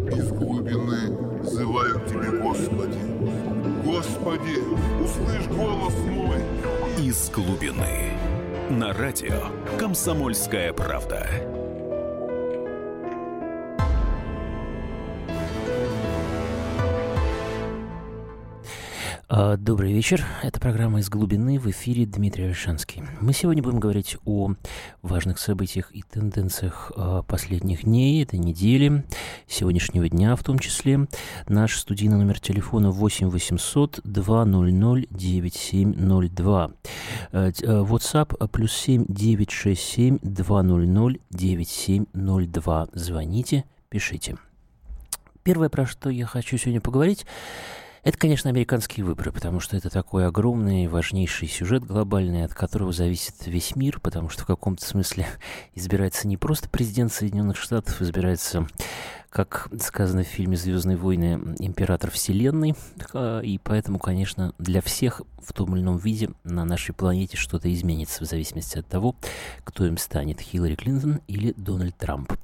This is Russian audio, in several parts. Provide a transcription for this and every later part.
Из глубины взываю к Тебе, Господи. Господи, услышь голос мой. Из глубины. На радио «Комсомольская правда». Добрый вечер. Это программа «Из глубины», в эфире Дмитрий Ольшанский. Мы сегодня будем говорить о важных событиях и тенденциях последних дней, этой недели, сегодняшнего дня в том числе. Наш студийный номер телефона 8 800 200 9702. WhatsApp +7 967 200 9702. Звоните, пишите. Первое, про что я хочу сегодня поговорить, это, конечно, американские выборы, потому что это такой огромный, важнейший сюжет глобальный, от которого зависит весь мир, потому что в каком-то смысле избирается не просто президент Соединенных Штатов, избирается, как сказано в фильме «Звездные войны», император Вселенной, и поэтому, конечно, для всех в том или ином виде на нашей планете что-то изменится в зависимости от того, кто им станет, Хиллари Клинтон или Дональд Трамп.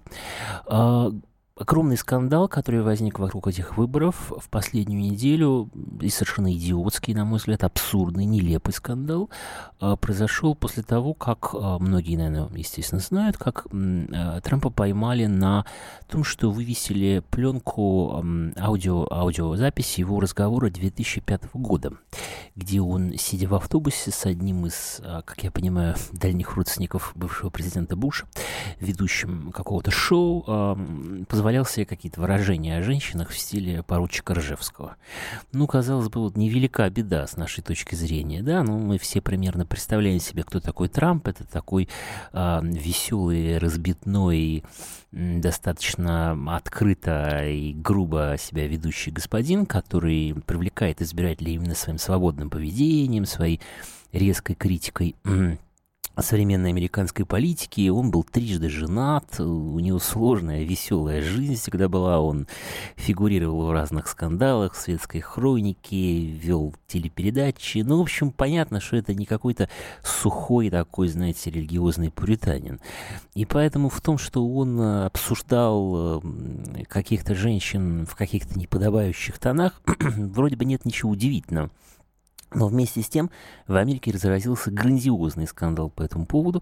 Огромный скандал, который возник вокруг этих выборов в последнюю неделю, и совершенно идиотский, на мой взгляд, абсурдный, нелепый скандал, произошел после того, как, многие, наверное, естественно, знают, как Трампа поймали на том, что вывесили пленку аудиозаписи его разговора 2005 года, где он, сидя в автобусе с одним из, как я понимаю, дальних родственников бывшего президента Буша, ведущим какого-то шоу, позволял себе какие-то выражения о женщинах в стиле поручика Ржевского. Ну, казалось бы, вот невелика беда с нашей точки зрения, да, ну, мы все примерно представляем себе, кто такой Трамп. Это такой веселый, разбитной, достаточно открыто и грубо себя ведущий господин, который привлекает избирателей именно своим свободным поведением, своей резкой критикой современной американской политики. Он был трижды женат, у него сложная, веселая жизнь всегда была, он фигурировал в разных скандалах, в светской хронике, вел телепередачи. Ну, в общем, понятно, что это не какой-то сухой такой, знаете, религиозный пуританин. И поэтому в том, что он обсуждал каких-то женщин в каких-то неподобающих тонах, вроде бы нет ничего удивительного. Но вместе с тем в Америке разразился грандиозный скандал по этому поводу,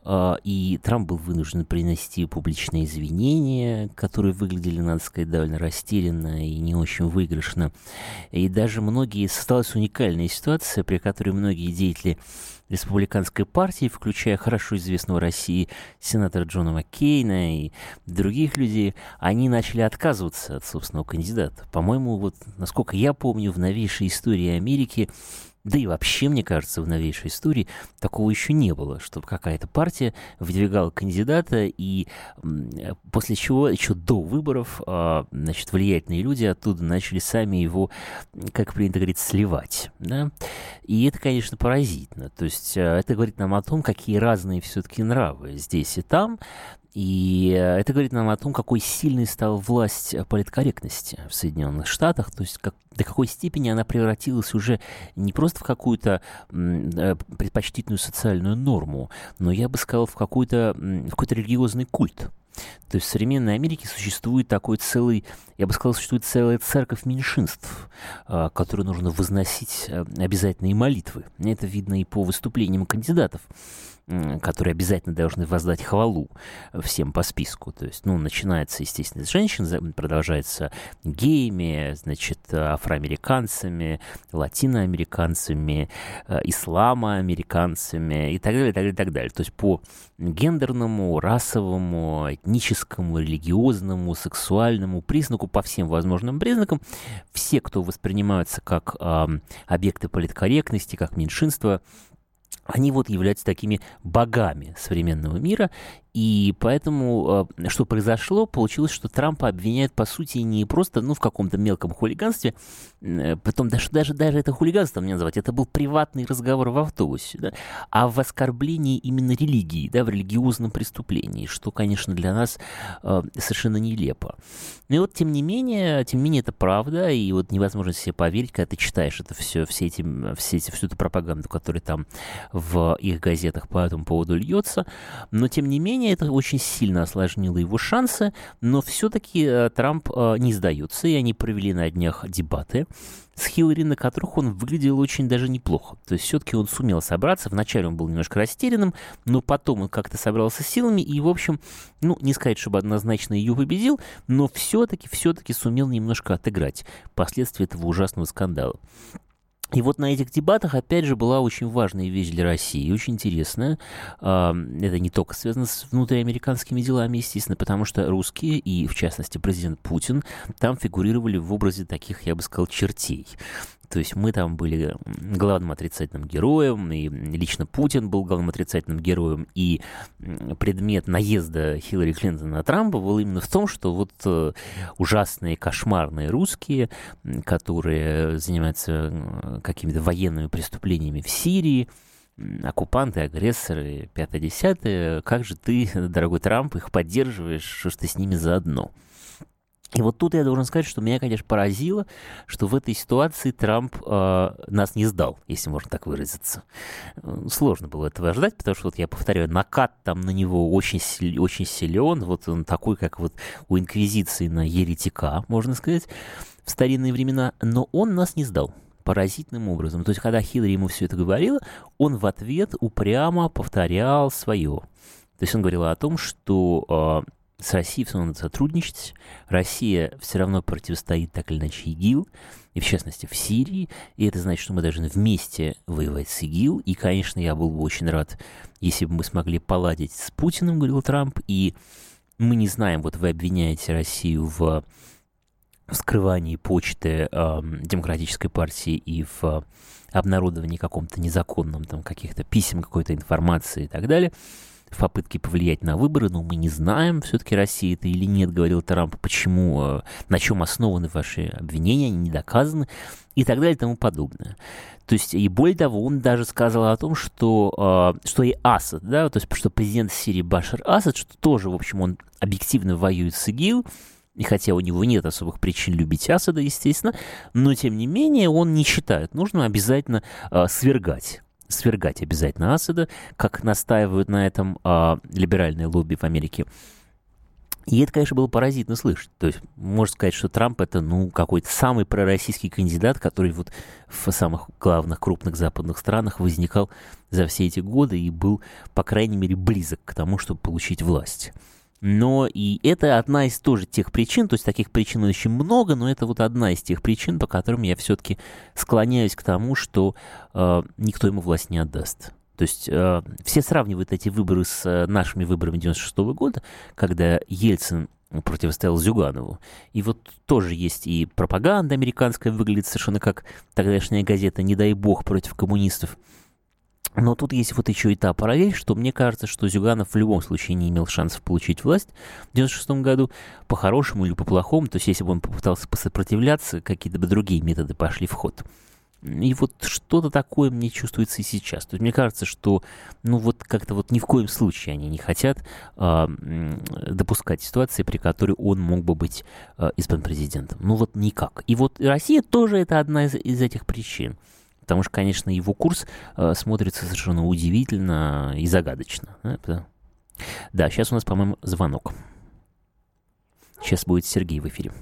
и Трамп был вынужден принести публичные извинения, которые выглядели, надо сказать, довольно растерянно и не очень выигрышно. И даже создалась уникальная ситуация, при которой многие деятели республиканской партии, включая хорошо известного России сенатора Джона Маккейна и других людей, они начали отказываться от собственного кандидата. По-моему, вот, насколько я помню, в новейшей истории Америки, да и вообще, мне кажется, в новейшей истории такого еще не было, чтобы какая-то партия выдвигала кандидата, и после чего, еще до выборов, значит, влиятельные люди оттуда начали сами его, как принято говорить, сливать. Да? И это, конечно, поразительно. То есть это говорит нам о том, какие разные все-таки нравы здесь и там. И это говорит нам о том, какой сильной стала власть политкорректности в Соединенных Штатах, то есть до какой степени она превратилась уже не просто в какую-то предпочтительную социальную норму, но, я бы сказал, в какой-то религиозный культ. То есть в современной Америке существует такой целый, я бы сказал, существует целая церковь меньшинств, которую нужно возносить обязательные молитвы. Это видно и по выступлениям кандидатов, которые обязательно должны воздать хвалу всем по списку. То есть, начинается, естественно, с женщин, продолжается геями, значит, афроамериканцами, латиноамериканцами, исламоамериканцами и так далее, и так далее, и так далее. То есть по гендерному, расовому, этническому, религиозному, сексуальному признаку, по всем возможным признакам, все, кто воспринимаются как объекты политкорректности, как меньшинство, они являются такими богами современного мира, и поэтому, что произошло, получилось, что Трампа обвиняют, по сути, не просто, в каком-то мелком хулиганстве, потом даже это хулиганством не называть, это был приватный разговор в автобусе, да, а в оскорблении именно религии, да, в религиозном преступлении, что, конечно, для нас совершенно нелепо. Но тем не менее, это правда, и невозможно себе поверить, когда ты читаешь это всю эту пропаганду, которая там в их газетах по этому поводу льется, но, тем не менее, менее, это очень сильно осложнило его шансы, но все-таки Трамп не сдается, и они провели на днях дебаты с Хиллари, на которых он выглядел очень даже неплохо. То есть все-таки он сумел собраться. Вначале он был немножко растерянным, но потом он как-то собрался силами и, в общем, не сказать, чтобы однозначно ее победил, но все-таки сумел немножко отыграть последствия этого ужасного скандала. И вот на этих дебатах, опять же, была очень важная вещь для России, очень интересная. Это не только связано с внутриамериканскими делами, естественно, потому что русские, и в частности президент Путин, там фигурировали в образе таких, я бы сказал, чертей. То есть мы там были главным отрицательным героем, и лично Путин был главным отрицательным героем, и предмет наезда Хиллари Клинтон на Трампа был именно в том, что вот ужасные, кошмарные русские, которые занимаются какими-то военными преступлениями в Сирии, оккупанты, агрессоры, 5-10, как же ты, дорогой Трамп, их поддерживаешь, что ж ты с ними заодно? И вот тут я должен сказать, что меня, конечно, поразило, что в этой ситуации Трамп нас не сдал, если можно так выразиться. Сложно было этого ожидать, потому что, вот я повторяю, накат там на него очень силен, вот он такой, как вот у Инквизиции на еретика, можно сказать, в старинные времена, но он нас не сдал поразительным образом. То есть, когда Хиллари ему все это говорила, он в ответ упрямо повторял свое. То есть он говорил о том, что с Россией все надо сотрудничать. Россия все равно противостоит так или иначе ИГИЛ, и в частности в Сирии. И это значит, что мы должны вместе воевать с ИГИЛ. И, конечно, я был бы очень рад, если бы мы смогли поладить с Путиным, говорил Трамп. И мы не знаем, вот вы обвиняете Россию в вскрывании почты Демократической партии и в обнародовании каком-то незаконном, там, каких-то писем, какой-то информации и так далее, в попытке повлиять на выборы, но мы не знаем, все-таки Россия это или нет, говорил Трамп, почему, на чем основаны ваши обвинения, они не доказаны, и так далее, и тому подобное. То есть, и более того, он даже сказал о том, что и Асад, да, то есть, что президент Сирии Башар Асад, что тоже, в общем, он объективно воюет с ИГИЛ, и хотя у него нет особых причин любить Асада, естественно, но, тем не менее, он не считает нужным обязательно свергать обязательно Асада, как настаивают на этом либеральные лобби в Америке. И это, конечно, было поразительно слышать. То есть, можно сказать, что Трамп это, какой-то самый пророссийский кандидат, который вот в самых главных крупных западных странах возникал за все эти годы и был, по крайней мере, близок к тому, чтобы получить власть. Но и это одна из тоже тех причин, то есть таких причин очень много, но это вот одна из тех причин, по которым я все-таки склоняюсь к тому, что никто ему власть не отдаст. То есть все сравнивают эти выборы с нашими выборами 96 года, когда Ельцин противостоял Зюганову. И вот тоже есть и пропаганда американская, выглядит совершенно как тогдашняя газета «Не дай бог» против коммунистов. Но тут есть вот еще и та параллель, что мне кажется, что Зюганов в любом случае не имел шансов получить власть в 96 году, по-хорошему или по-плохому. То есть если бы он попытался посопротивляться, какие-то бы другие методы пошли в ход. И вот что-то такое мне чувствуется и сейчас. То есть мне кажется, что вот как-то вот ни в коем случае они не хотят допускать ситуации, при которой он мог бы быть избран президентом. Вот никак. И вот Россия тоже это одна из этих причин. Потому что, конечно, его курс смотрится совершенно удивительно и загадочно. Да, сейчас у нас, по-моему, звонок. Сейчас будет Сергей в эфире.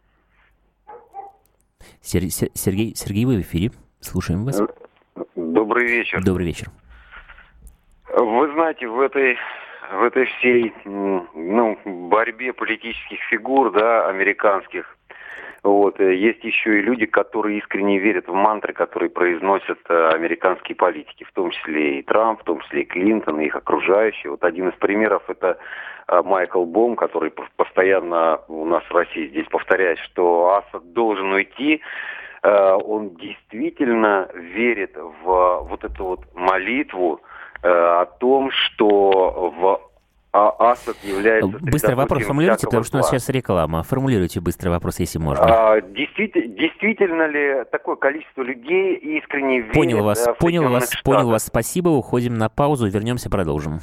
Сергей, вы в эфире. Слушаем вас. Добрый вечер. Добрый вечер. Вы знаете, в этой всей борьбе политических фигур, да, американских, есть еще и люди, которые искренне верят в мантры, которые произносят американские политики, в том числе и Трамп, в том числе и Клинтон, и их окружающие. Вот один из примеров – это Майкл Бом, который постоянно у нас в России здесь повторяет, что Асад должен уйти. Он действительно верит в вот эту вот молитву о том, что Асад является... Быстрый вопрос формулируйте, потому что у нас сейчас реклама. Формулируйте быстрый вопрос, если можно. Действительно ли такое количество людей искренне верит Понял вас. Спасибо. Уходим на паузу. Вернемся, продолжим.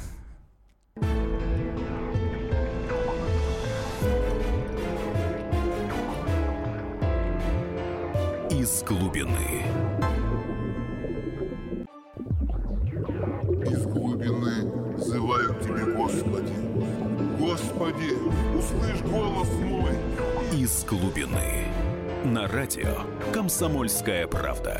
Из глубины. Из глубины взываю к Тебе, Господи. из глубины. На радио «Комсомольская правда».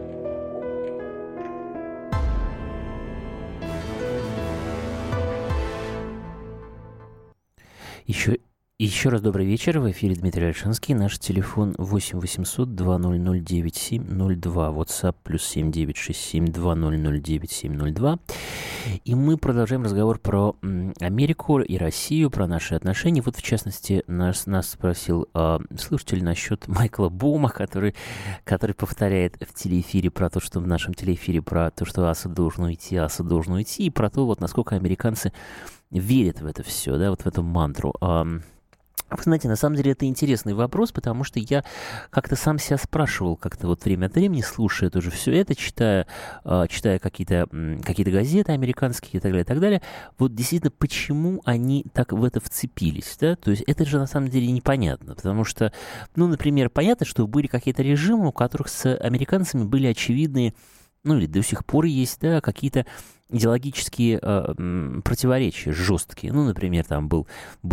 Еще раз добрый вечер. В эфире Дмитрий Ольшанский. Наш телефон 8 800 200 9702. WhatsApp +7 967 200 9702. И мы продолжаем разговор про Америку и Россию, про наши отношения. Вот, в частности, нас спросил слушатель насчет Майкла Боума, который повторяет в телеэфире про то, что в нашем телеэфире про то, что Асад должен уйти, и про то, вот насколько американцы верят в это все, да, вот в эту мантру. Вы знаете, на самом деле это интересный вопрос, потому что я как-то сам себя спрашивал, как-то вот время от времени, слушая тоже все это, читая какие-то газеты американские и так далее, вот действительно, почему они так в это вцепились, да, то есть это же на самом деле непонятно, потому что, ну, например, понятно, что были какие-то режимы, у которых с американцами были очевидные, ну, или до сих пор есть, да, какие-то идеологические противоречия жесткие. Ну, например, там был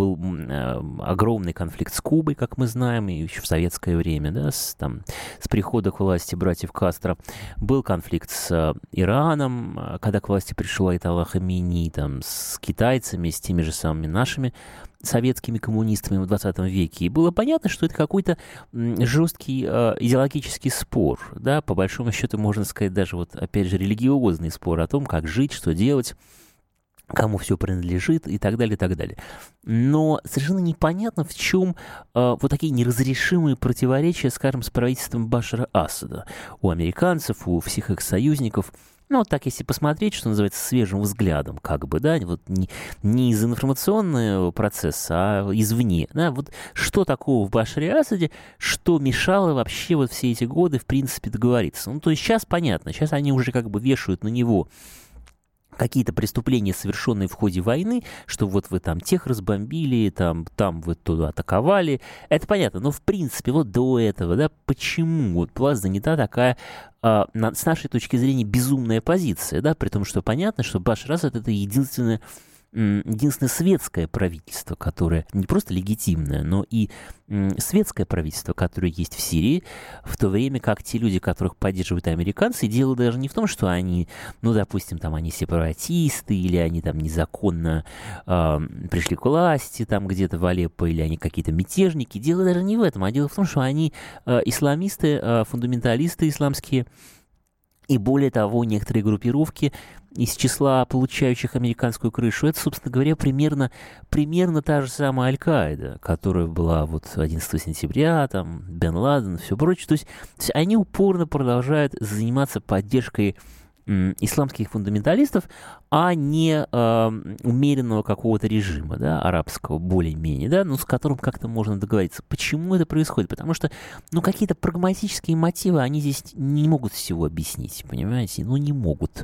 огромный конфликт с Кубой, как мы знаем, и еще в советское время, да, с прихода к власти братьев Кастро. Был конфликт с Ираном, когда к власти пришел Айтала Хамини, там, с китайцами, с теми же самыми нашими советскими коммунистами в 20 веке. И было понятно, что это какой-то жесткий идеологический спор. Да? По большому счету, можно сказать, даже вот, опять же, религиозный спор о том, как жить, что делать, кому все принадлежит и так далее, и так далее. Но совершенно непонятно, в чем вот такие неразрешимые противоречия, скажем, с правительством Башара Асада. У американцев, у всех их союзников. Ну, вот так, если посмотреть, что называется, свежим взглядом, как бы, да, вот не из информационного процесса, а извне, да, вот что такого в Башаре Асаде, что мешало вообще вот все эти годы, в принципе, договориться. Ну, то есть сейчас понятно, сейчас они уже как бы вешают на него какие-то преступления, совершенные в ходе войны, что вот вы там тех разбомбили, там вы туда атаковали. Это понятно, но в принципе вот до этого, да, почему вот была занята такая, с нашей точки зрения, безумная позиция, да, при том, что понятно, что Башар Асад — это единственное светское правительство, которое не просто легитимное, но и светское правительство, которое есть в Сирии, в то время как те люди, которых поддерживают американцы, дело даже не в том, что они, ну, допустим, там они сепаратисты, или они там незаконно пришли к власти, там где-то в Алеппо, или они какие-то мятежники. Дело даже не в этом, а дело в том, что они исламисты, фундаменталисты исламские. И более того, некоторые группировки из числа получающих американскую крышу, это, собственно говоря, примерно та же самая Аль-Каида, которая была вот 11 сентября, там, Бен Ладен, все прочее. То есть они упорно продолжают заниматься поддержкой исламских фундаменталистов, а не умеренного какого-то режима, да, арабского, более-менее, да, но с которым как-то можно договориться. Почему это происходит? Потому что, ну, какие-то прагматические мотивы, они здесь не могут всего объяснить, понимаете? Ну, не могут.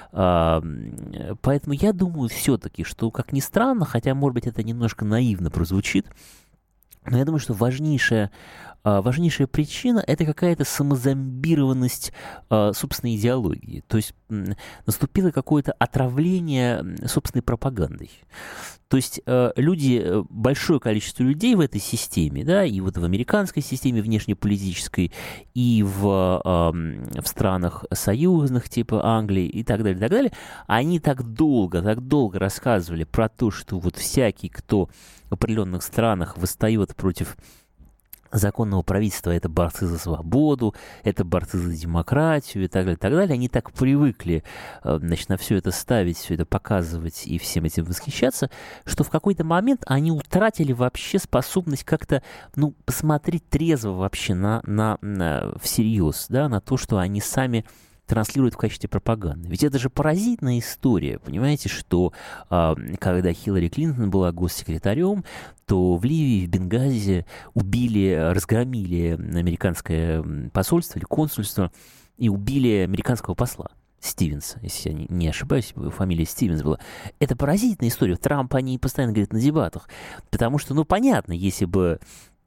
Поэтому я думаю все-таки, что, как ни странно, хотя, может быть, это немножко наивно прозвучит, но я думаю, что важнейшая причина — это какая-то самозомбированность собственной идеологии. То есть наступило какое-то отравление собственной пропагандой. То есть большое количество людей в этой системе, да, и вот в американской системе внешнеполитической, и в странах союзных, типа Англии и так далее, они так долго рассказывали про то, что вот всякий, кто в определенных странах восстает против законного правительства, это борцы за свободу, это борцы за демократию и так далее. Они так привыкли, значит, на все это ставить, все это показывать и всем этим восхищаться, что в какой-то момент они утратили вообще способность как-то, ну, посмотреть трезво вообще всерьез, да, на то, что они сами транслируют в качестве пропаганды. Ведь это же поразительная история, понимаете, что когда Хиллари Клинтон была госсекретарем, то в Ливии, в Бенгази разгромили американское посольство или консульство и убили американского посла Стивенса, если я не ошибаюсь, фамилия Стивенс была. Это поразительная история. Трамп о ней постоянно говорит на дебатах, потому что, ну, понятно, если бы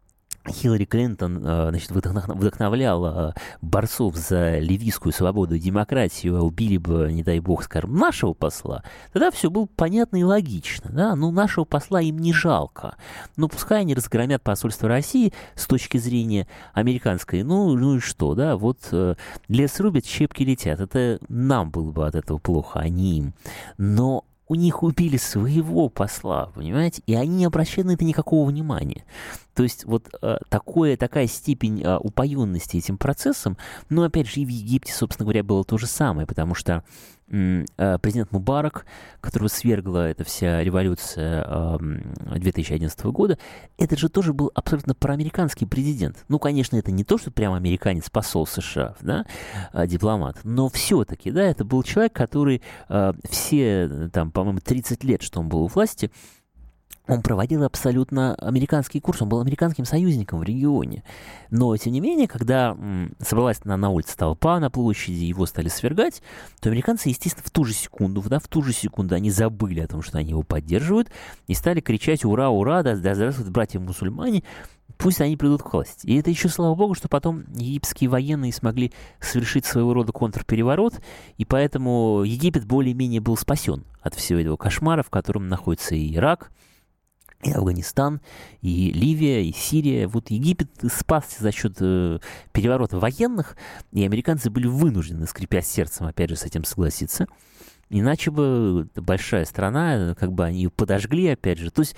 Хиллари Клинтон, значит, вдохновляла борцов за ливийскую свободу и демократию, а убили бы, не дай бог, скажем, нашего посла, тогда все было понятно и логично, да, ну, нашего посла им не жалко, ну, пускай они разгромят посольство России с точки зрения американской, ну и что, да, вот лес рубят, щепки летят, это нам было бы от этого плохо, а не им, но у них убили своего посла, понимаете, и они не обращают на это никакого внимания. То есть вот такая степень упоенности этим процессом, ну, опять же, и в Египте, собственно говоря, было то же самое, потому что президент Мубарак, которого свергла эта вся революция 2011 года, это же тоже был абсолютно проамериканский президент. Ну, конечно, это не то, что прямо американец, посол США, да, дипломат, но все-таки, да, это был человек, который все, там, по-моему, 30 лет, что он был у власти, он проводил абсолютно американский курс, он был американским союзником в регионе. Но, тем не менее, когда собралась на улице толпа на площади, его стали свергать, то американцы, естественно, в ту же секунду они забыли о том, что они его поддерживают, и стали кричать «Ура, ура, да здравствуют братья-мусульмане!» Пусть они придут к власти. И это еще, слава богу, что потом египетские военные смогли совершить своего рода контрпереворот, и поэтому Египет более-менее был спасен от всего этого кошмара, в котором находится и Ирак, и Афганистан, и Ливия, и Сирия. Вот Египет спасся за счет переворота военных, и американцы были вынуждены, скрипя сердцем, опять же, с этим согласиться. Иначе бы большая страна, как бы они ее подожгли, опять же. То есть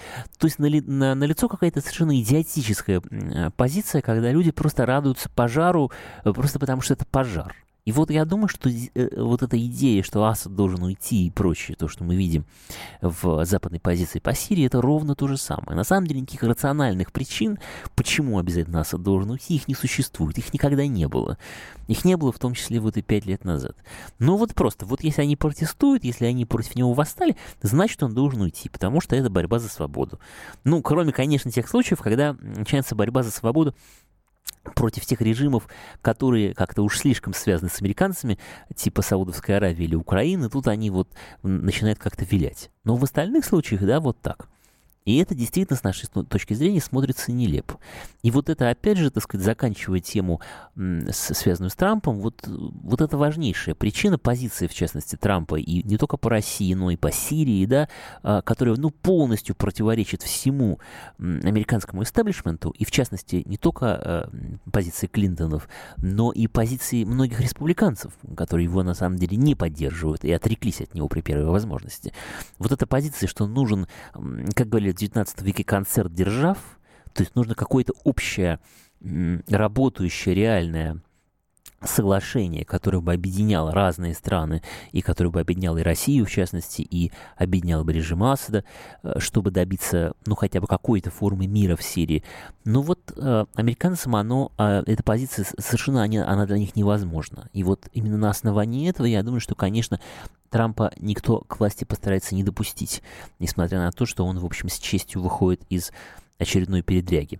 налицо какая-то совершенно идиотическая позиция, когда люди просто радуются пожару, просто потому что это пожар. И вот я думаю, что вот эта идея, что Асад должен уйти и прочее, то, что мы видим в западной позиции по Сирии, это ровно то же самое. На самом деле никаких рациональных причин, почему обязательно Асад должен уйти, их не существует, их никогда не было. Их не было в том числе вот и 5 лет назад. Но вот просто, вот если они протестуют, если они против него восстали, значит он должен уйти, потому что это борьба за свободу. Ну, кроме, конечно, тех случаев, когда начинается борьба за свободу против тех режимов, которые как-то уж слишком связаны с американцами, типа Саудовской Аравии или Украины, тут они вот начинают как-то вилять. Но в остальных случаях, да, вот так. И это действительно, с нашей точки зрения, смотрится нелепо. И вот это, опять же, так сказать, заканчивая тему, связанную с Трампом, вот это важнейшая причина позиции, в частности, Трампа, и не только по России, но и по Сирии, да, которая, ну, полностью противоречит всему американскому истеблишменту, и, в частности, не только позиции Клинтонов, но и позиции многих республиканцев, которые его, на самом деле, не поддерживают и отреклись от него при первой возможности. Вот эта позиция, что нужен, как говорили в 19 веке, концерт держав, то есть нужно какое-то общее, работающее, реальное соглашение, которое бы объединяло разные страны, и которое бы объединяло и Россию, в частности, и объединяло бы режим Асада, чтобы добиться, ну, хотя бы какой-то формы мира в Сирии. Но вот американцам эта позиция совершенно, она для них невозможна. И вот именно на основании этого, я думаю, что, конечно, Трампа никто к власти постарается не допустить, несмотря на то, что он, в общем, с честью выходит из очередной передряги.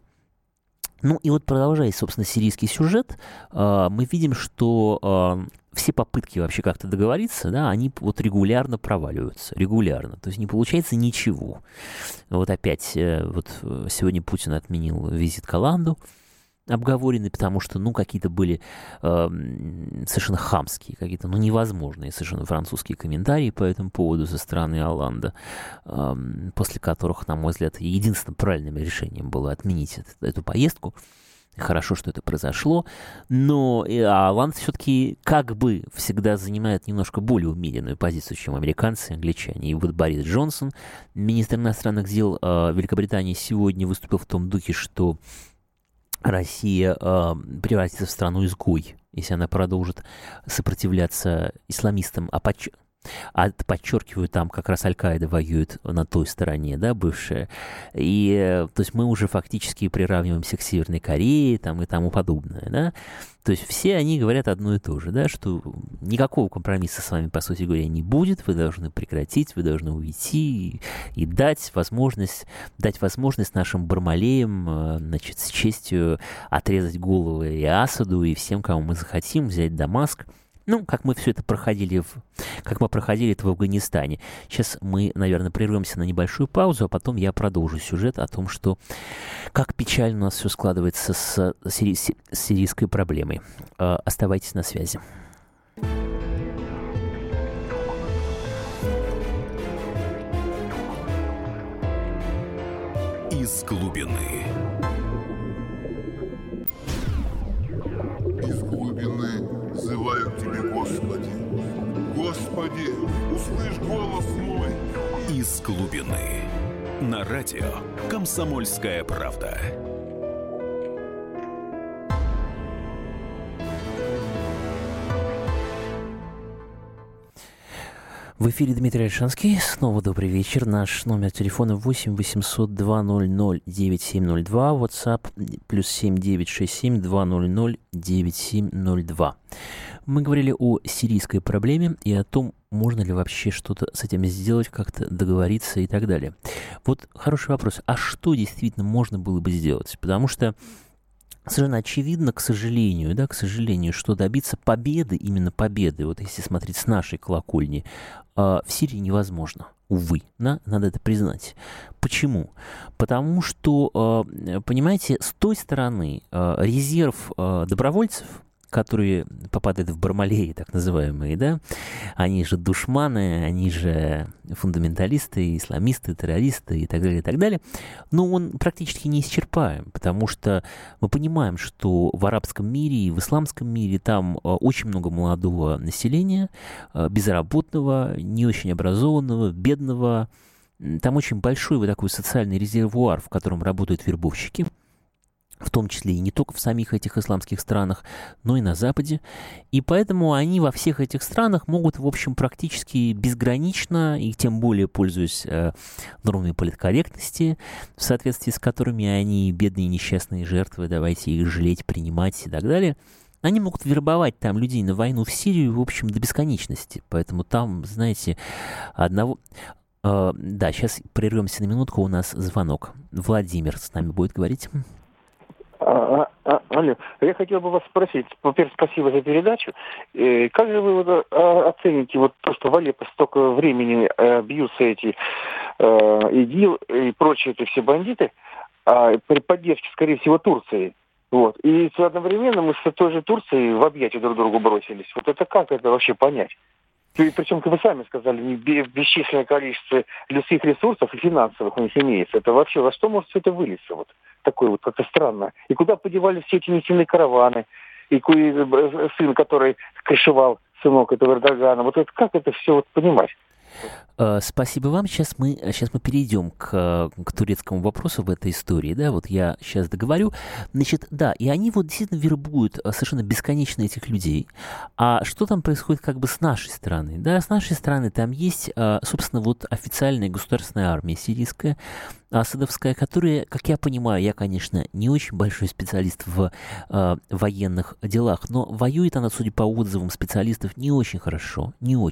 Ну и вот, продолжая, собственно, сирийский сюжет, мы видим, что все попытки вообще как-то договориться, да, они вот регулярно проваливаются, регулярно, то есть не получается ничего. Вот опять, вот сегодня Путин отменил визит к Оланду, обговоренный, потому что, ну, какие-то были совершенно хамские, какие-то, ну, невозможные совершенно французские комментарии по этому поводу со стороны Оланда, после которых, на мой взгляд, единственным правильным решением было отменить эту поездку. Хорошо, что это произошло, но Оланд все-таки как бы всегда занимает немножко более умеренную позицию, чем американцы и англичане. И вот Борис Джонсон, министр иностранных дел Великобритании, сегодня выступил в том духе, что Россия превратится в страну-изгой, если она продолжит сопротивляться исламистам, подчеркиваю, там как раз Аль-Каида воюет на той стороне, да, бывшая. И, то есть мы уже фактически приравниваемся к Северной Корее там, и тому подобное, да. То есть все они говорят одно и то же, да, что никакого компромисса с вами, по сути говоря, не будет, вы должны прекратить, вы должны уйти и дать возможность нашим бармалеям, значит, с честью отрезать головы и Асаду, и всем, кому мы захотим, взять Дамаск. Ну, как мы все это проходили, как мы проходили это в Афганистане. Сейчас мы, наверное, прервемся на небольшую паузу, а потом я продолжу сюжет о том, что как печально у нас все складывается с сирийской проблемой. Оставайтесь на связи. Из глубины. Из глубины взываю к Тебе, Господи. Господи, услышь голос мой. Из глубины. На радио «Комсомольская правда». В эфире Дмитрий Ольшанский. Снова добрый вечер. Наш номер телефона 8 800 200 9702. WhatsApp +7 967 200 9702. Мы говорили о сирийской проблеме и о том, можно ли вообще что-то с этим сделать, как-то договориться и так далее. Вот хороший вопрос. А что действительно можно было бы сделать? Потому что совершенно очевидно, к сожалению, что добиться победы, именно победы, вот если смотреть с нашей колокольни, в Сирии невозможно. Увы, да, надо это признать. Почему? Потому что, понимаете, с той стороны резерв добровольцев, которые попадают в Бармалеи, так называемые, да, они же душманы, они же фундаменталисты, исламисты, террористы и так далее, но он практически неисчерпаем, потому что мы понимаем, что в арабском мире и в исламском мире там очень много молодого населения, безработного, не очень образованного, бедного, там очень большой вот такой социальный резервуар, в котором работают вербовщики, в том числе и не только в самих этих исламских странах, но и на Западе. И поэтому они во всех этих странах могут, в общем, практически безгранично, и тем более пользуясь нормами политкорректности, в соответствии с которыми они, бедные несчастные жертвы, давайте их жалеть, принимать и так далее, они могут вербовать там людей на войну в Сирию, в общем, до бесконечности. Поэтому там, знаете, одного... Да, сейчас прервемся на минутку, у нас звонок. Владимир с нами будет говорить. Алло, я хотел бы вас спросить, во-первых, спасибо за передачу. Как же вы оцените вот то, что в Алеппо столько времени бьются эти ИГИЛ и прочие эти все бандиты, при поддержке, скорее всего, Турции? Вот. И одновременно мы с той же Турцией в объятия друг другу бросились. Вот это как это вообще понять? И причем, как вы сами сказали, бесчисленное количество людских ресурсов и финансовых у них имеется. Это вообще во что может все это вылиться? Вот такое вот как-то странно. И куда подевались все эти нефтяные караваны? И сын, который крышевал, сынок этого Эрдогана. Вот это, как это все вот понимать? Спасибо вам. Сейчас мы перейдем к турецкому вопросу в этой истории, да, вот я сейчас договорю. Значит, да, и они вот действительно вербуют совершенно бесконечно этих людей. А что там происходит как бы с нашей стороны? Да, с нашей стороны там есть, собственно, вот официальная государственная армия сирийская, асадовская, которая, как я понимаю, я, конечно, не очень большой специалист в военных делах, но воюет она, судя по отзывам специалистов, не очень хорошо.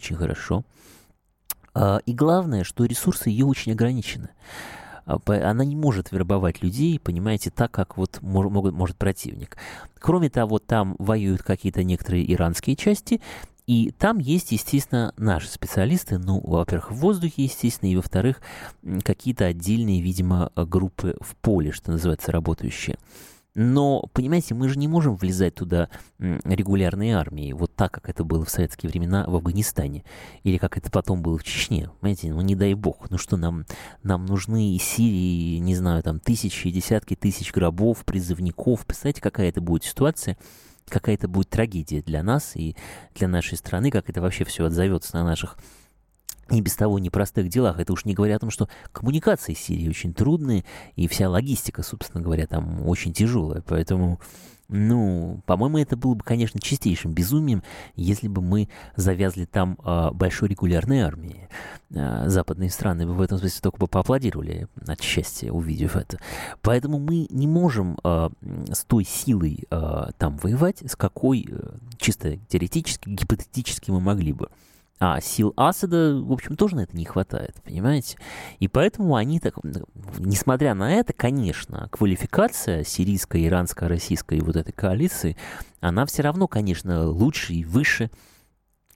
И главное, что ресурсы ее очень ограничены. Она не может вербовать людей, понимаете, так, как вот может противник. Кроме того, там воюют какие-то некоторые иранские части, и там есть, естественно, наши специалисты, ну, во-первых, в воздухе, естественно, и, во-вторых, какие-то отдельные, видимо, группы в поле, что называется, работающие. Но, понимаете, мы же не можем влезать туда регулярной армией, вот так, как это было в советские времена в Афганистане, или как это потом было в Чечне. Понимаете, ну не дай бог, ну что, нам нужны из Сирии, не знаю, там тысячи, десятки тысяч гробов, призывников. Представляете, какая это будет ситуация, какая это будет трагедия для нас и для нашей страны, как это вообще все отзовется на наших и без того непростых делах. Это уж не говоря о том, что коммуникации с Сирией очень трудные, и вся логистика, собственно говоря, там очень тяжелая. Поэтому, ну, по-моему, это было бы, конечно, чистейшим безумием, если бы мы завязли там большой регулярной армией. Западные страны бы в этом смысле только бы поаплодировали от счастья, увидев это. Поэтому мы не можем с той силой там воевать, с какой чисто теоретически, гипотетически мы могли бы. А сил Асада, в общем, тоже на это не хватает, понимаете? И поэтому они так, несмотря на это, конечно, квалификация сирийской, иранской, российской и вот этой коалиции, она все равно, конечно, лучше и выше,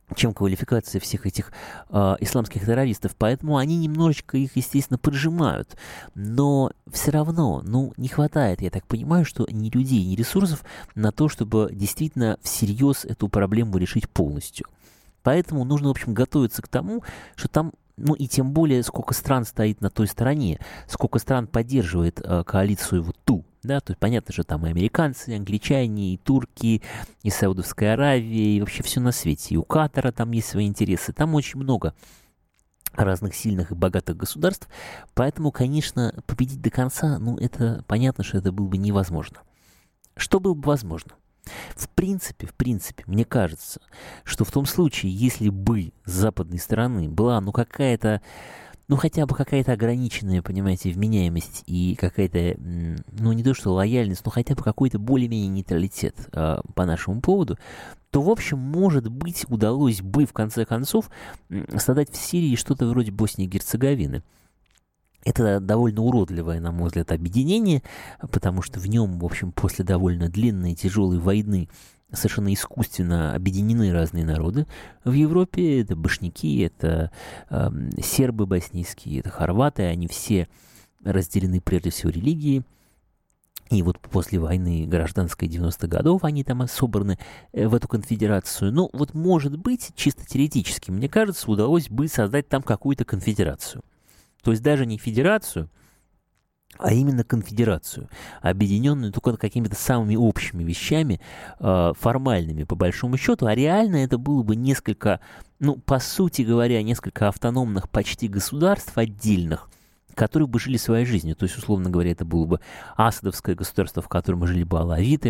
чем квалификация всех этих исламских террористов. Поэтому они немножечко их, естественно, поджимают. Но все равно, не хватает, я так понимаю, что ни людей, ни ресурсов на то, чтобы действительно всерьез эту проблему решить полностью. Поэтому нужно, в общем, готовиться к тому, что там, и тем более, сколько стран стоит на той стороне, сколько стран поддерживает коалицию вот ту, да, то есть понятно, что там и американцы, и англичане, и турки, и Саудовская Аравия, и вообще все на свете, и у Катара там есть свои интересы, там очень много разных сильных и богатых государств, поэтому, конечно, победить до конца, это понятно, что это было бы невозможно. Что было бы возможно? В принципе, мне кажется, что в том случае, если бы с западной стороны была, какая-то, хотя бы какая-то ограниченная, понимаете, вменяемость и какая-то, не то что лояльность, но хотя бы какой-то более-менее нейтралитет по нашему поводу, то, в общем, может быть, удалось бы, в конце концов, создать в Сирии что-то вроде Боснии и Герцеговины. Это довольно уродливое, на мой взгляд, объединение, потому что в нем, в общем, после довольно длинной и тяжелой войны совершенно искусственно объединены разные народы в Европе. Это бошняки, это сербы боснийские, это хорваты, они все разделены прежде всего религией. И вот после войны гражданской 90-х годов они там собраны в эту конфедерацию. Может быть, чисто теоретически, мне кажется, удалось бы создать там какую-то конфедерацию. То есть даже не федерацию, а именно конфедерацию, объединенную только какими-то самыми общими вещами, формальными по большому счету, а реально это было бы несколько, по сути говоря, несколько автономных почти государств отдельных, которые бы жили своей жизнью. То есть, условно говоря, это было бы асадовское государство, в котором жили бы алавиты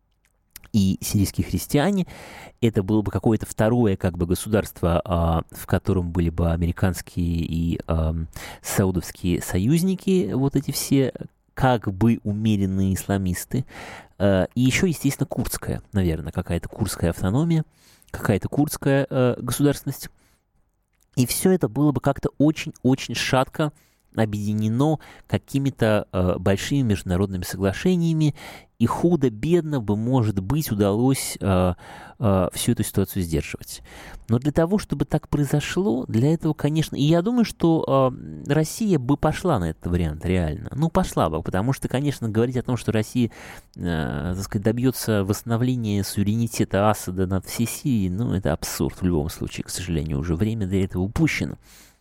и сирийские христиане. Это было бы какое-то второе государство, в котором были бы американские и саудовские союзники, вот эти все умеренные исламисты. И еще, естественно, курдская, наверное, какая-то курдская автономия, какая-то курдская государственность. И все это было бы как-то очень-очень шатко объединено какими-то большими международными соглашениями, и худо-бедно бы, может быть, удалось всю эту ситуацию сдерживать. Но для того, чтобы так произошло, для этого, конечно... И я думаю, что Россия бы пошла на этот вариант реально. Пошла бы, потому что, конечно, говорить о том, что Россия, добьется восстановления суверенитета Асада над всей Сирией, это абсурд в любом случае, к сожалению, уже время для этого упущено.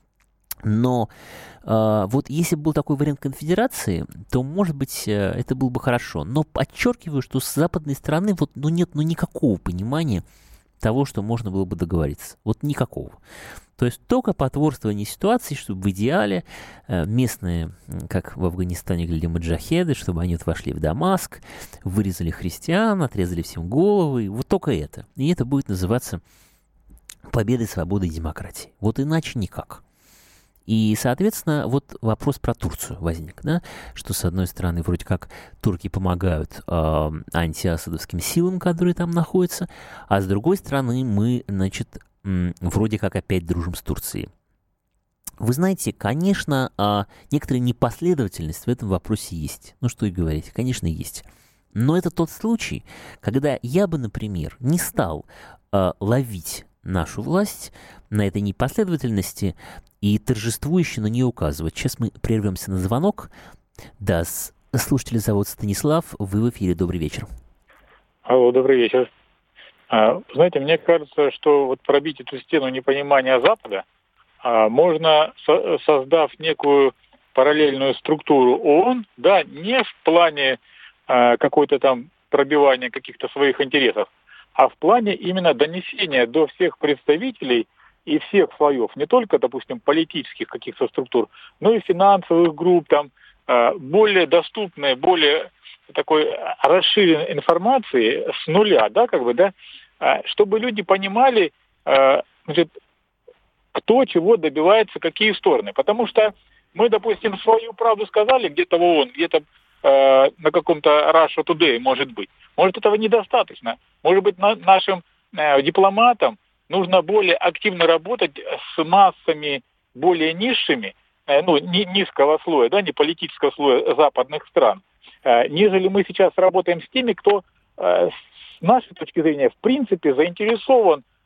Но вот если бы был такой вариант конфедерации, то, может быть, это было бы хорошо. Но подчеркиваю, что с западной стороны нет никакого понимания того, что можно было бы договориться. Никакого. То есть только потворствование ситуации, чтобы в идеале местные, как в Афганистане были маджахеды, чтобы они вошли в Дамаск, вырезали христиан, отрезали всем головы. Вот только это. И это будет называться победой, свободой и демократии. Иначе никак. И, соответственно, вопрос про Турцию возник, да, что, с одной стороны, вроде как турки помогают антиасадовским силам, которые там находятся, а с другой стороны, мы, вроде как опять дружим с Турцией. Вы знаете, конечно, некоторая непоследовательность в этом вопросе есть. Что и говорить, конечно, есть. Но это тот случай, когда я бы, например, не стал ловить нашу власть на этой непоследовательности и торжествующе на нее указывать. Сейчас мы прервемся на звонок. Да, слушателя зовут Станислав, вы в эфире. Добрый вечер. Алло, добрый вечер. Знаете, мне кажется, что пробить эту стену непонимания Запада можно, создав некую параллельную структуру ООН, да, не в плане какой-то там пробивания каких-то своих интересов, а в плане именно донесения до всех представителей и всех слоев, не только, допустим, политических каких-то структур, но и финансовых групп, там, более доступной, более такой расширенной информации с нуля, да, чтобы люди понимали, кто чего добивается, какие стороны. Потому что мы, допустим, свою правду сказали где-то в ООН, где-то на каком-то Russia Today, может быть. Может, этого недостаточно. Может быть, нашим дипломатам нужно более активно работать с массами более низшими, низкого слоя, да, не политического слоя западных стран, нежели мы сейчас работаем с теми, кто, с нашей точки зрения, в принципе, заинтересован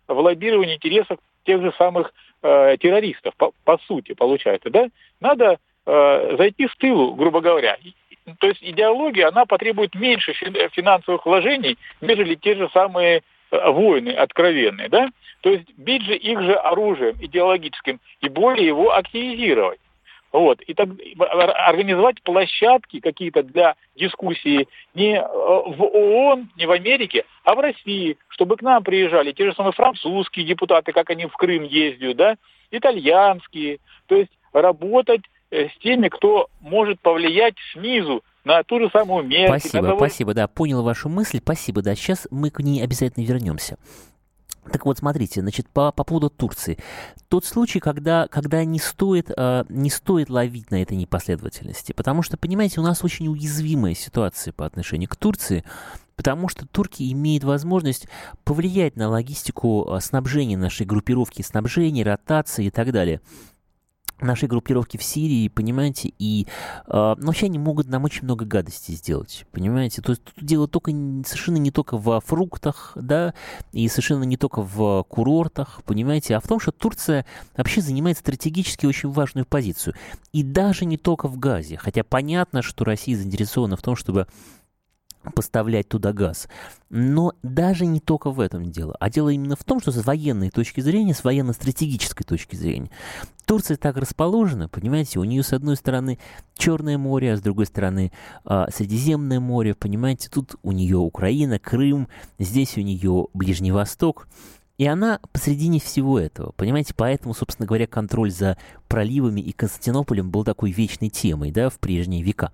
в лоббировании интересов тех же самых террористов, по сути, получается, да? Надо зайти в тылу, грубо говоря. То есть идеология, она потребует меньше финансовых вложений, нежели те же самые войны откровенные, да? То есть бить же их же оружием идеологическим и более его активизировать. Вот. И так организовать площадки какие-то для дискуссии не в ООН, не в Америке, а в России, чтобы к нам приезжали те же самые французские депутаты, как они в Крым ездят, да, итальянские. То есть работать с теми, кто может повлиять снизу на ту же самую Меркель. Спасибо, да, понял вашу мысль, спасибо, да, сейчас мы к ней обязательно вернемся. Так вот, смотрите, значит, по поводу Турции. Тот случай, когда не стоит ловить на этой непоследовательности, потому что, понимаете, у нас очень уязвимая ситуация по отношению к Турции, потому что турки имеют возможность повлиять на логистику снабжения нашей группировки, снабжения, ротации и так далее. Нашей группировки в Сирии, понимаете, и вообще они могут нам очень много гадостей сделать, понимаете, то есть тут дело совершенно не только во фруктах, да, и совершенно не только в курортах, понимаете, а в том, что Турция вообще занимает стратегически очень важную позицию, и даже не только в газе, хотя понятно, что Россия заинтересована в том, чтобы поставлять туда газ. Но даже не только в этом дело. А дело именно в том, что с военной точки зрения, с военно-стратегической точки зрения, Турция так расположена, понимаете, у нее с одной стороны Черное море, а с другой стороны Средиземное море, понимаете, тут у нее Украина, Крым, здесь у нее Ближний Восток. И она посредине всего этого, понимаете, поэтому, собственно говоря, контроль за проливами и Константинополем был такой вечной темой, да, в прежние века.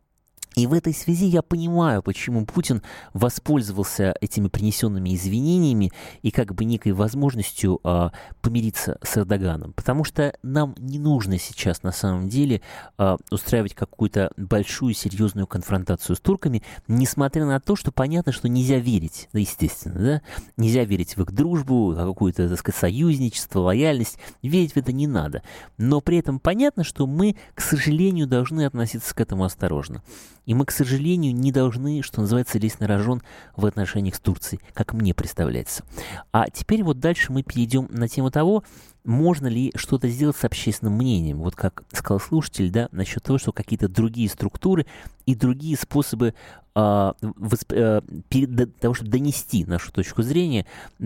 И в этой связи я понимаю, почему Путин воспользовался этими принесенными извинениями и как бы некой возможностью помириться с Эрдоганом. Потому что нам не нужно сейчас на самом деле устраивать какую-то большую серьезную конфронтацию с турками, несмотря на то, что понятно, что нельзя верить, да, естественно, да? Нельзя верить в их дружбу, в какое-то, так сказать, союзничество, лояльность. Верить в это не надо. Но при этом понятно, что мы, к сожалению, должны относиться к этому осторожно. И мы, к сожалению, не должны, что называется, лезть на рожон в отношениях с Турцией, как мне представляется. А теперь вот дальше мы перейдем на тему того, можно ли что-то сделать с общественным мнением. Вот как сказал слушатель, да, насчет того, что какие-то другие структуры и другие способы того, чтобы донести нашу точку зрения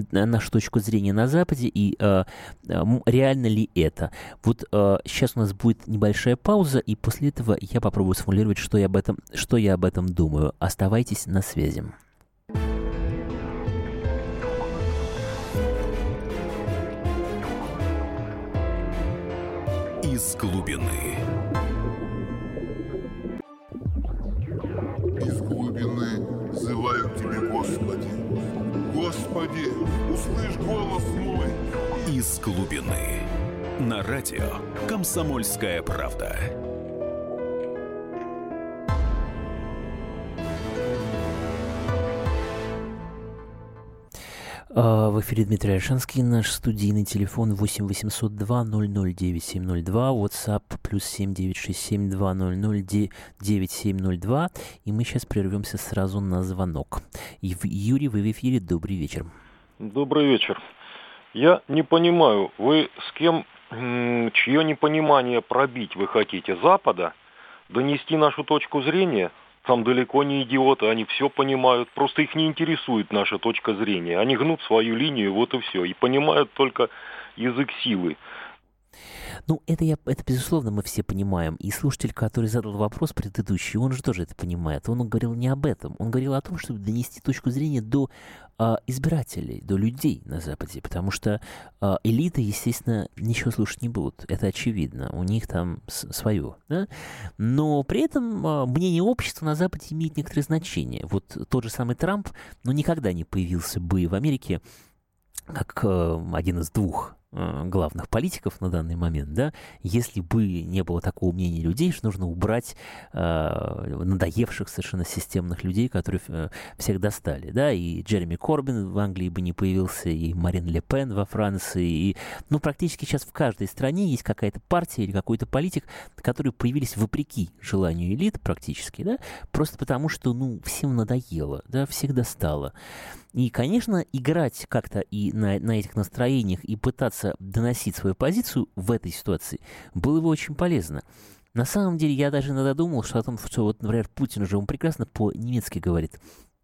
на Западе, и реально ли это. Вот сейчас у нас будет небольшая пауза, и после этого я попробую сформулировать, что я об этом думаю. Оставайтесь на связи. Из глубины. Из глубины взываю к Тебе, Господи. Господи, услышь голос мой. Из глубины. На радио «Комсомольская правда». В эфире Дмитрий Ольшанский, наш студийный телефон 8 800 200 9702, WhatsApp +7 967 200 9702, и мы сейчас прервемся сразу на звонок. Юрий, вы в эфире, добрый вечер. Добрый вечер. Я не понимаю, вы с кем, чье непонимание пробить вы хотите? Запада? Донести нашу точку зрения? Там далеко не идиоты, они все понимают, просто их не интересует наша точка зрения. Они гнут свою линию, вот и все, и понимают только язык силы. Ну, это безусловно, мы все понимаем. И слушатель, который задал вопрос предыдущий, он же тоже это понимает. Он говорил не об этом. Он говорил о том, чтобы донести точку зрения до избирателей, до людей на Западе. Потому что элиты, естественно, ничего слушать не будут. Это очевидно. У них там свое. Да? Но при этом мнение общества на Западе имеет некоторое значение. Вот тот же самый Трамп, никогда не появился бы в Америке как один из двух главных политиков на данный момент, да, если бы не было такого мнения людей, что нужно убрать надоевших совершенно системных людей, которые всех достали, да, и Джереми Корбин в Англии бы не появился, и Марин Ле Пен во Франции, и, практически сейчас в каждой стране есть какая-то партия или какой-то политик, которые появились вопреки желанию элит практически, да, просто потому что, всем надоело, да, всех достало. И, конечно, играть как-то и на этих настроениях и пытаться доносить свою позицию в этой ситуации было бы очень полезно. На самом деле, я даже иногда думал, что о том, что вот, например, Путин уже, он прекрасно по-немецки говорит.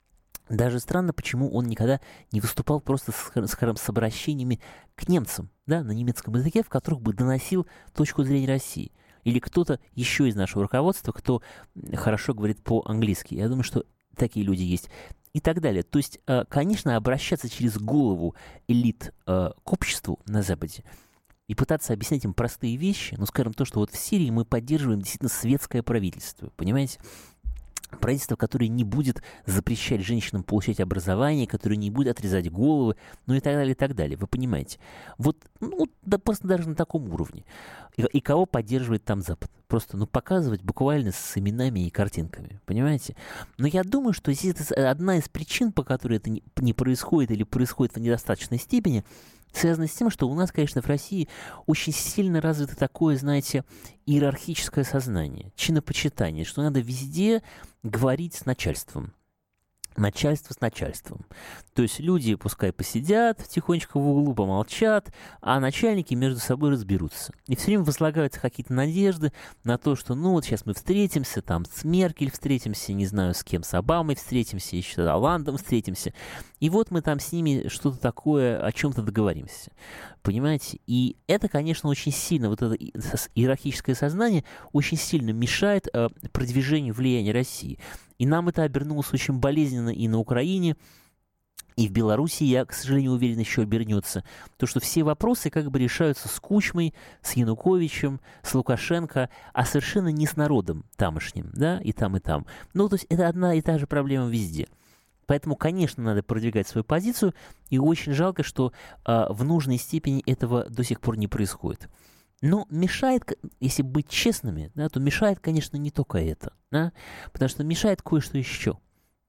Даже странно, почему он никогда не выступал просто с обращениями к немцам, да, на немецком языке, в которых бы доносил точку зрения России. Или кто-то еще из нашего руководства, кто хорошо говорит по-английски. Я думаю, что такие люди есть. И так далее. То есть, конечно, обращаться через голову элит к обществу на Западе и пытаться объяснять им простые вещи, ну, скажем, то, что вот в Сирии мы поддерживаем действительно светское правительство, понимаете? Правительство, которое не будет запрещать женщинам получать образование, которое не будет отрезать головы, ну и так далее, и так далее. Вы понимаете? Вот, ну, да, просто даже на таком уровне. И кого поддерживает там Запад? Просто, ну, показывать буквально с именами и картинками. Понимаете? Но я думаю, что здесь это одна из причин, по которой это не происходит или происходит в недостаточной степени, связано с тем, что у нас, конечно, в России очень сильно развито такое, знаете, иерархическое сознание, чинопочитание, что надо везде говорить с начальством. Начальство с начальством. То есть люди пускай посидят тихонечко в углу, помолчат, а начальники между собой разберутся. И все время возлагаются какие-то надежды на то, что ну вот сейчас мы встретимся, там с Меркель встретимся, не знаю с кем, с Обамой встретимся, еще с Оландом встретимся. И вот мы там с ними что-то такое, о чем-то договоримся. Понимаете? И это, конечно, очень сильно, вот это иерархическое сознание очень сильно мешает продвижению влияния России. И нам это обернулось очень болезненно и на Украине, и в Беларуси, я, к сожалению, уверен, еще обернется. То, что все вопросы как бы решаются с Кучмой, с Януковичем, с Лукашенко, а совершенно не с народом тамошним, да, и там, и там. Ну, то есть это одна и та же проблема везде. Поэтому, конечно, надо продвигать свою позицию, и очень жалко, что в нужной степени этого до сих пор не происходит. Но мешает, если быть честными, да, то мешает, конечно, не только это, да, потому что мешает кое-что еще.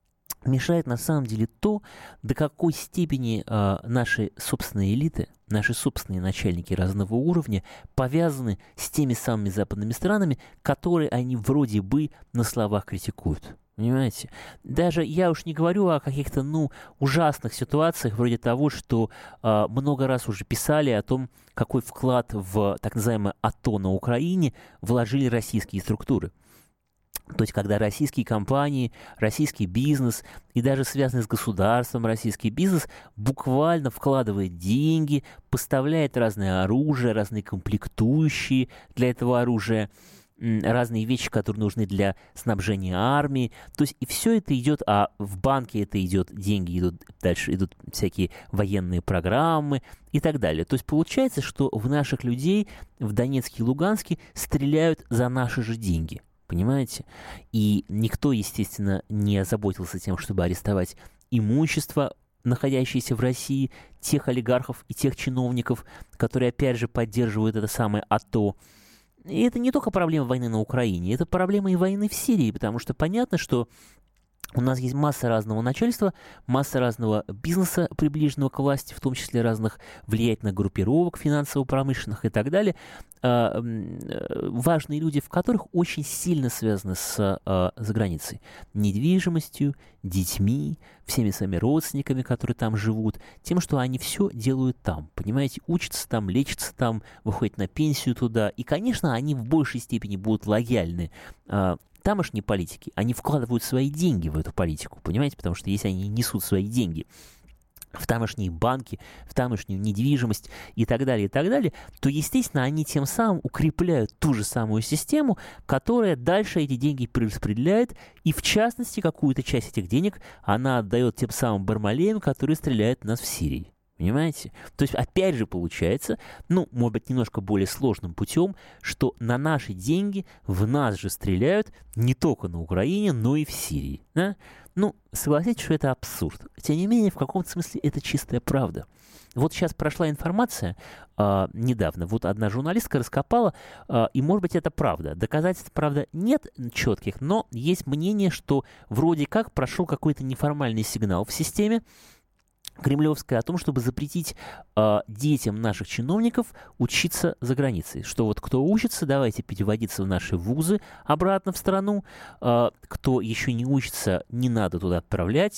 Мешает на самом деле то, до какой степени наши собственные элиты, наши собственные начальники разного уровня повязаны с теми самыми западными странами, которые они вроде бы на словах критикуют. Понимаете? Даже я уж не говорю о каких-то, ну, ужасных ситуациях, вроде того, что много раз уже писали о том, какой вклад в так называемое АТО на Украине вложили российские структуры. То есть, когда российские компании, российский бизнес и даже связанный с государством российский бизнес буквально вкладывает деньги, поставляет разное оружие, разные комплектующие для этого оружия, разные вещи, которые нужны для снабжения армии. То есть и все это идет, а в банке это идет, деньги идут, дальше идут всякие военные программы и так далее. То есть получается, что в наших людей в Донецке и Луганске стреляют за наши же деньги. Понимаете? И никто, естественно, не озаботился тем, чтобы арестовать имущество, находящиеся в России, тех олигархов и тех чиновников, которые, опять же, поддерживают это самое АТО. И это не только проблема войны на Украине, это проблема и войны в Сирии, потому что понятно, что у нас есть масса разного начальства, масса разного бизнеса, приближенного к власти, в том числе разных влиятельных группировок финансово-промышленных и так далее, важные люди, в которых очень сильно связаны с заграницей. Недвижимостью, детьми, всеми своими родственниками, которые там живут, тем, что они все делают там, понимаете, учатся там, лечатся там, выходят на пенсию туда. И, конечно, они в большей степени будут лояльны тамошние политики, они вкладывают свои деньги в эту политику, понимаете, потому что если они несут свои деньги в тамошние банки, в тамошнюю недвижимость и так далее, то, естественно, они тем самым укрепляют ту же самую систему, которая дальше эти деньги перераспределяет, и, в частности, какую-то часть этих денег она отдает тем самым Бармалеям, которые стреляют в нас в Сирии. Понимаете? То есть, опять же, получается, ну, может быть, немножко более сложным путем, что на наши деньги в нас же стреляют не только на Украине, но и в Сирии. Да? Ну, согласитесь, что это абсурд. Тем не менее, в каком-то смысле это чистая правда. Вот сейчас прошла информация недавно, вот одна журналистка раскопала, и, может быть, это правда. Доказательств, правда, нет четких, но есть мнение, что вроде как прошел какой-то неформальный сигнал в системе кремлевская о том, чтобы запретить детям наших чиновников учиться за границей. Что вот кто учится, давайте переводиться в наши вузы обратно в страну. Кто еще не учится, не надо туда отправлять.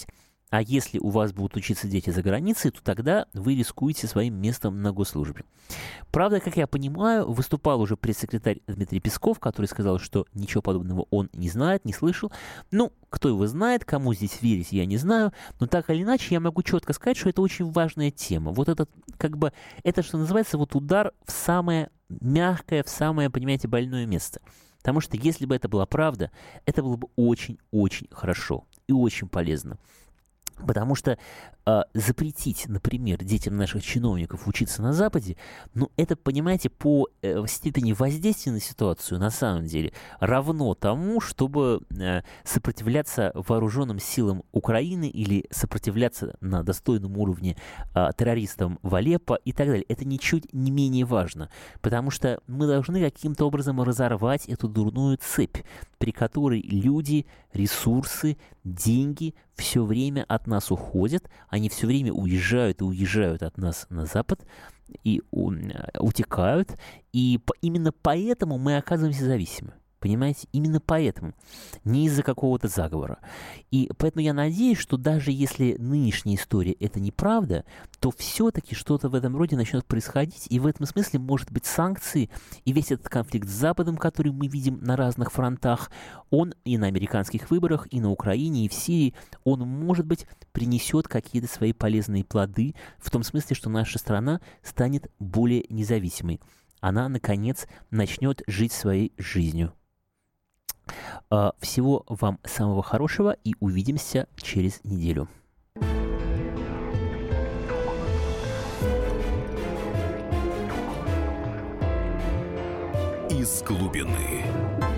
А если у вас будут учиться дети за границей, то тогда вы рискуете своим местом на госслужбе. Правда, как я понимаю, выступал уже пресс-секретарь Дмитрий Песков, который сказал, что ничего подобного он не знает, не слышал. Ну, кто его знает, кому здесь верить, я не знаю. Но так или иначе, я могу четко сказать, что это очень важная тема. Вот этот, это, что называется, вот удар в самое мягкое, в самое, понимаете, больное место. Потому что если бы это была правда, это было бы очень-очень хорошо и очень полезно. Потому что запретить, например, детям наших чиновников учиться на Западе, ну, это, понимаете, по степени воздействия на ситуацию на самом деле равно тому, чтобы сопротивляться вооруженным силам Украины или сопротивляться на достойном уровне террористам в Алеппо и так далее. Это ничуть не менее важно, потому что мы должны каким-то образом разорвать эту дурную цепь, при которой люди, ресурсы, деньги все время от нас уходят, они все время уезжают и уезжают от нас на Запад и утекают, и именно поэтому мы оказываемся зависимы. Понимаете? Именно поэтому. Не из-за какого-то заговора. И поэтому я надеюсь, что даже если нынешняя история это неправда, то все-таки что-то в этом роде начнет происходить. И в этом смысле, может быть, санкции и весь этот конфликт с Западом, который мы видим на разных фронтах, он и на американских выборах, и на Украине, и в Сирии, он, может быть, принесет какие-то свои полезные плоды, в том смысле, что наша страна станет более независимой. Она, наконец, начнет жить своей жизнью. Всего вам самого хорошего и увидимся через неделю. Из глубины.